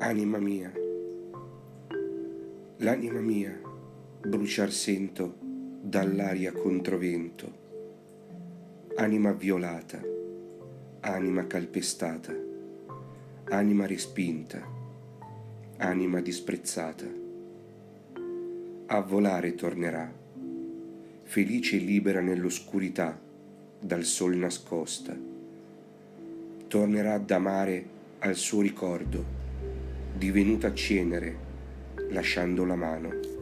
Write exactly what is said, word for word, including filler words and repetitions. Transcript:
Anima mia, l'anima mia bruciar sento dall'aria controvento, anima violata, anima calpestata, anima respinta, anima disprezzata. A volare tornerà, felice e libera nell'oscurità, dal sol nascosta. Tornerà ad amare al suo ricordo, divenuta cenere, lasciando la mano.